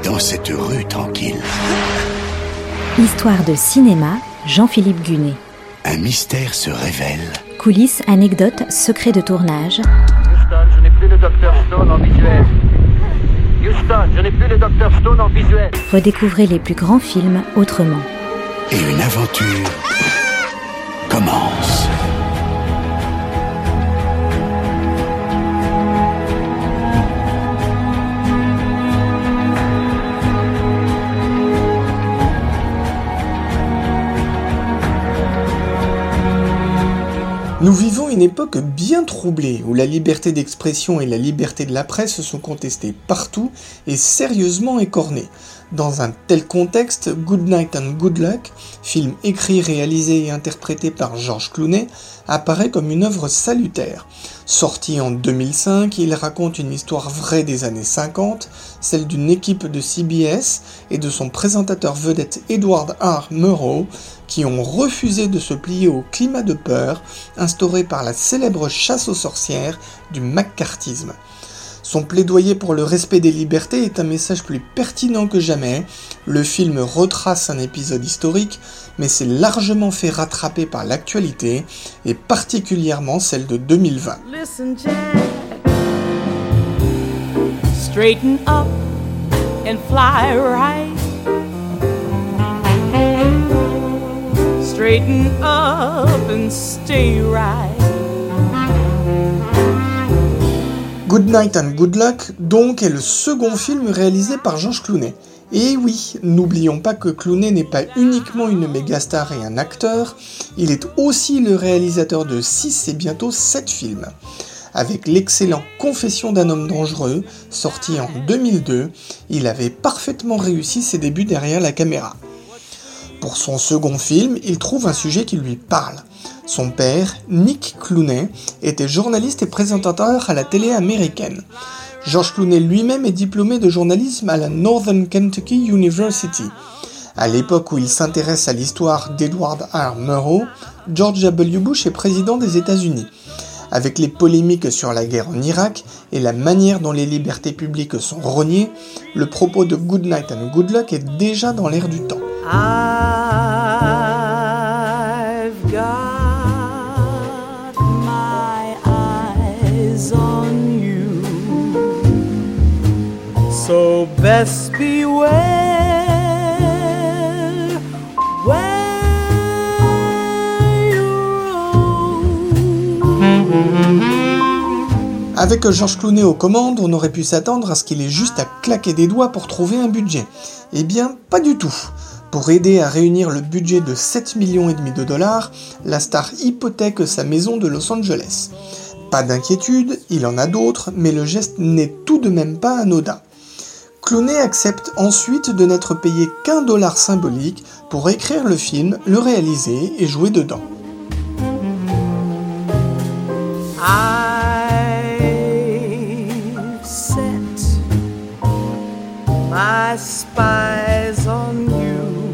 dans cette rue tranquille. Histoire de cinéma, Jean-Philippe Gunet. Un mystère se révèle. Coulisses, anecdotes, secrets de tournage. Houston, je n'ai plus le Dr Stone en visuel. Houston, je n'ai plus le Dr Stone en visuel. Redécouvrez les plus grands films autrement. Et une aventure commence. Nous vivons une époque bien troublée où la liberté d'expression et la liberté de la presse sont contestées partout et sérieusement écornées. Dans un tel contexte, Good Night and Good Luck, film écrit, réalisé et interprété par George Clooney, apparaît comme une œuvre salutaire. Sorti en 2005, il raconte une histoire vraie des années 50, celle d'une équipe de CBS et de son présentateur vedette Edward R. Murrow, qui ont refusé de se plier au climat de peur instauré par la célèbre chasse aux sorcières du McCarthyisme. Son plaidoyer pour le respect des libertés est un message plus pertinent que jamais. Le film retrace un épisode historique, mais s'est largement fait rattraper par l'actualité, et particulièrement celle de 2020. Listen, Jack. Straighten up and fly right. Straighten up and stay right. Good Night and Good Luck, donc, est le second film réalisé par George Clooney. Et oui, n'oublions pas que Clooney n'est pas uniquement une méga star et un acteur, il est aussi le réalisateur de 6 et bientôt 7 films. Avec l'excellent Confession d'un homme dangereux, sorti en 2002, il avait parfaitement réussi ses débuts derrière la caméra. Pour son second film, il trouve un sujet qui lui parle. Son père, Nick Clooney, était journaliste et présentateur à la télé américaine. George Clooney lui-même est diplômé de journalisme à la Northern Kentucky University. À l'époque où il s'intéresse à l'histoire d'Edward R. Murrow, George W. Bush est président des États-Unis. Avec les polémiques sur la guerre en Irak et la manière dont les libertés publiques sont rognées, le propos de Good Night and Good Luck est déjà dans l'air du temps. I've got my eyes on you, so best beware where you roam. Avec George Clooney aux commandes, on aurait pu s'attendre à ce qu'il ait juste à claquer des doigts pour trouver un budget. Eh bien, pas du tout. Pour aider à réunir le budget de 7,5 millions de dollars, la star hypothèque sa maison de Los Angeles. Pas d'inquiétude, il en a d'autres, mais le geste n'est tout de même pas anodin. Clooney accepte ensuite de n'être payé qu'un dollar symbolique pour écrire le film, le réaliser et jouer dedans. I've set my spies on you.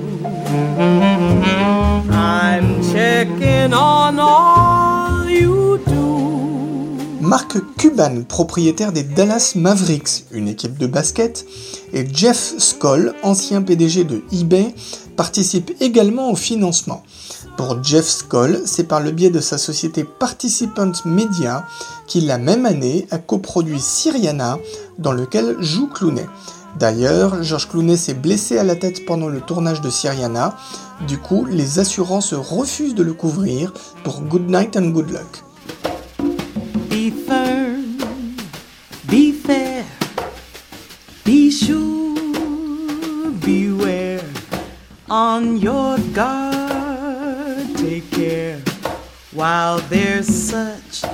I'm checking on all you do. Mark Cuban, propriétaire des Dallas Mavericks, une équipe de basket, et Jeff Skoll, ancien PDG de eBay, participent également au financement. Pour Jeff Skoll, c'est par le biais de sa société Participant Media qui, la même année, a coproduit Syriana, dans lequel joue Clooney. D'ailleurs, George Clooney s'est blessé à la tête pendant le tournage de Syriana, du coup, les assurances refusent de le couvrir pour Good Night and Good Luck. Be firm, be fair, be sure, beware, on your guard, take care, while there's such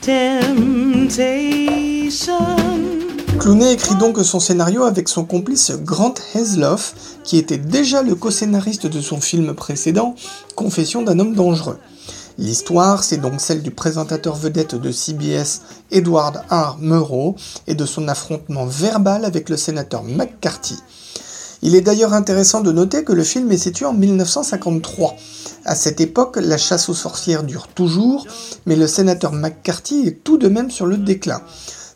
temptation. Clooney écrit donc son scénario avec son complice Grant Heslov, qui était déjà le co-scénariste de son film précédent, Confession d'un homme dangereux. L'histoire, c'est donc celle du présentateur vedette de CBS, Edward R. Murrow, et de son affrontement verbal avec le sénateur McCarthy. Il est d'ailleurs intéressant de noter que le film est situé en 1953. À cette époque, la chasse aux sorcières dure toujours, mais le sénateur McCarthy est tout de même sur le déclin.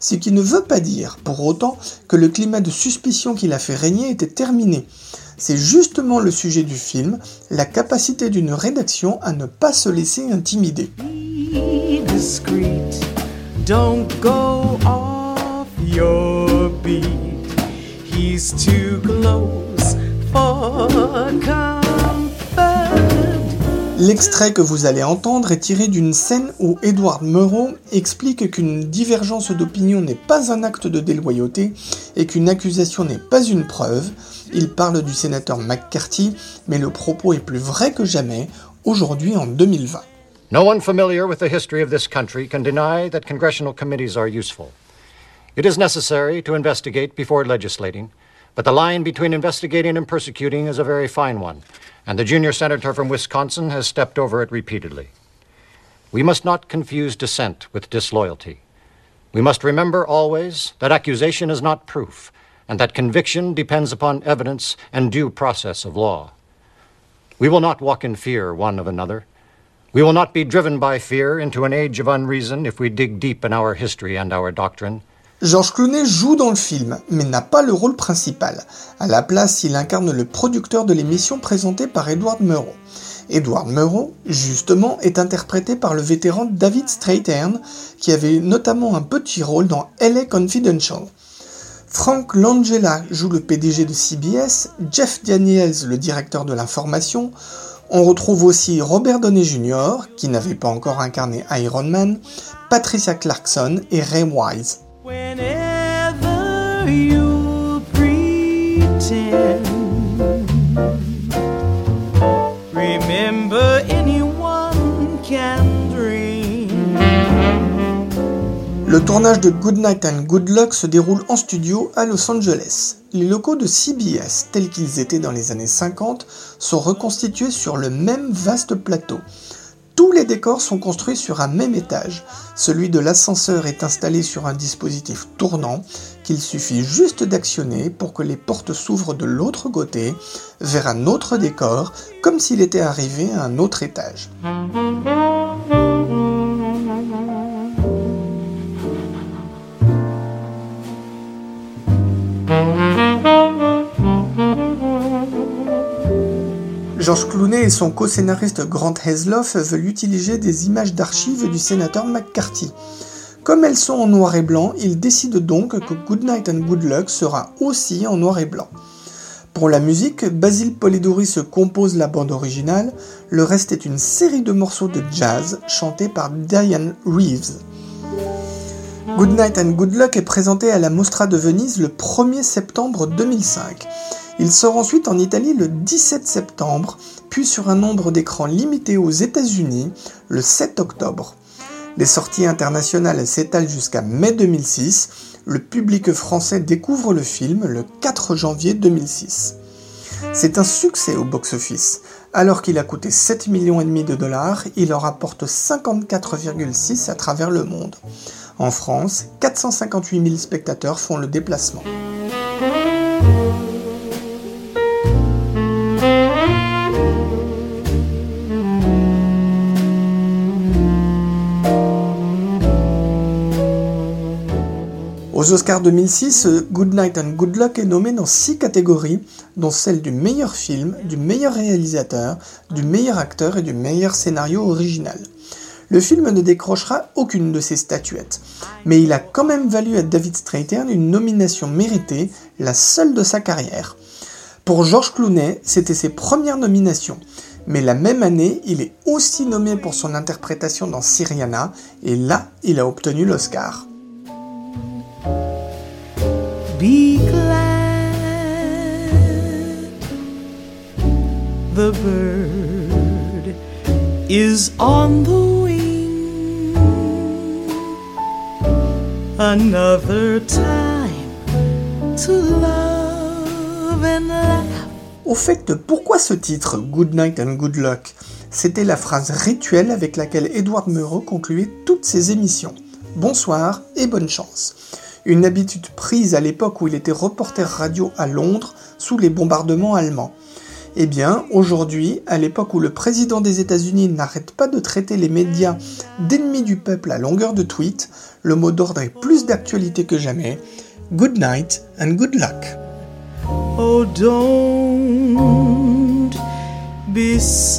ce qui ne veut pas dire, pour autant, que le climat de suspicion qu'il a fait régner était terminé. C'est justement le sujet du film, la capacité d'une rédaction à ne pas se laisser intimider. Be discreet, don't go off your beat. He's too close for comfort. L'extrait que vous allez entendre est tiré d'une scène où Edward Murrow explique qu'une divergence d'opinion n'est pas un acte de déloyauté et qu'une accusation n'est pas une preuve. Il parle du sénateur McCarthy, mais le propos est plus vrai que jamais, aujourd'hui en 2020. No one familiar with the history of this country can deny that congressional committees are useful. It is necessary to investigate before legislating, but the line between investigating and persecuting is a very fine one, and the junior senator from Wisconsin has stepped over it repeatedly. We must not confuse dissent with disloyalty. We must remember always that accusation is not proof, and that conviction depends upon evidence and due process of law. We will not walk in fear one of another. We will not be driven by fear into an age of unreason if we dig deep in our history and our doctrine. George Clooney joue dans le film, mais n'a pas le rôle principal. À la place, il incarne le producteur de l'émission présentée par Edward Murrow. Edward Murrow, justement, est interprété par le vétéran David Strathairn, qui avait notamment un petit rôle dans LA Confidential. Frank Langella joue le PDG de CBS, Jeff Daniels le directeur de l'information. On retrouve aussi Robert Downey Jr., qui n'avait pas encore incarné Iron Man, Patricia Clarkson et Ray Wise. Whenever you pretend, remember anyone can dream. Le tournage de Good Night and Good Luck se déroule en studio à Los Angeles. Les locaux de CBS, tels qu'ils étaient dans les années 50, sont reconstitués sur le même vaste plateau. Tous les décors sont construits sur un même étage. Celui de l'ascenseur est installé sur un dispositif tournant qu'il suffit juste d'actionner pour que les portes s'ouvrent de l'autre côté, vers un autre décor, comme s'il était arrivé à un autre étage. George Clooney et son co-scénariste Grant Heslov veulent utiliser des images d'archives du sénateur McCarthy. Comme elles sont en noir et blanc, ils décident donc que Good Night and Good Luck sera aussi en noir et blanc. Pour la musique, Basil Polidori compose la bande originale, le reste est une série de morceaux de jazz chantés par Diane Reeves. Good Night and Good Luck est présenté à la Mostra de Venise le 1er septembre 2005. Il sort ensuite en Italie le 17 septembre, puis sur un nombre d'écrans limité aux États-Unis le 7 octobre. Les sorties internationales s'étalent jusqu'à mai 2006. Le public français découvre le film le 4 janvier 2006. C'est un succès au box-office. Alors qu'il a coûté 7,5 millions de dollars, il en rapporte 54,6 à travers le monde. En France, 458 000 spectateurs font le déplacement. Aux Oscars 2006, Good Night and Good Luck est nommé dans 6 catégories, dont celle du meilleur film, du meilleur réalisateur, du meilleur acteur et du meilleur scénario original. Le film ne décrochera aucune de ces statuettes, mais il a quand même valu à David Strathairn une nomination méritée, la seule de sa carrière. Pour George Clooney, c'était ses premières nominations, mais la même année, il est aussi nommé pour son interprétation dans Syriana, et là, il a obtenu l'Oscar. Be glad the bird is on the wing. Another time to love and laugh. Au fait, pourquoi ce titre, Good Night and Good Luck ? C'était la phrase rituelle avec laquelle Edward Murrow concluait toutes ses émissions. Bonsoir et bonne chance. Une habitude prise à l'époque où il était reporter radio à Londres sous les bombardements allemands. Eh bien, aujourd'hui, à l'époque où le président des États-Unis n'arrête pas de traiter les médias d'ennemis du peuple à longueur de tweets, le mot d'ordre est plus d'actualité que jamais. Good night and good luck. Oh, don't be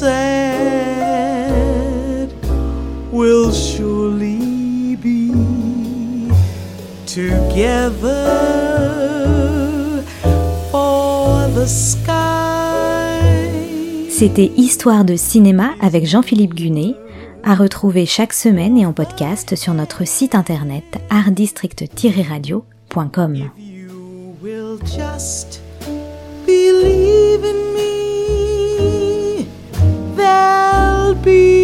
sad. We'll surely be together for the sky. C'était Histoire de cinéma avec Jean-Philippe Gunet, à retrouver chaque semaine et en podcast sur notre site internet artdistrict-radio.com. You will just believe in me. There'll be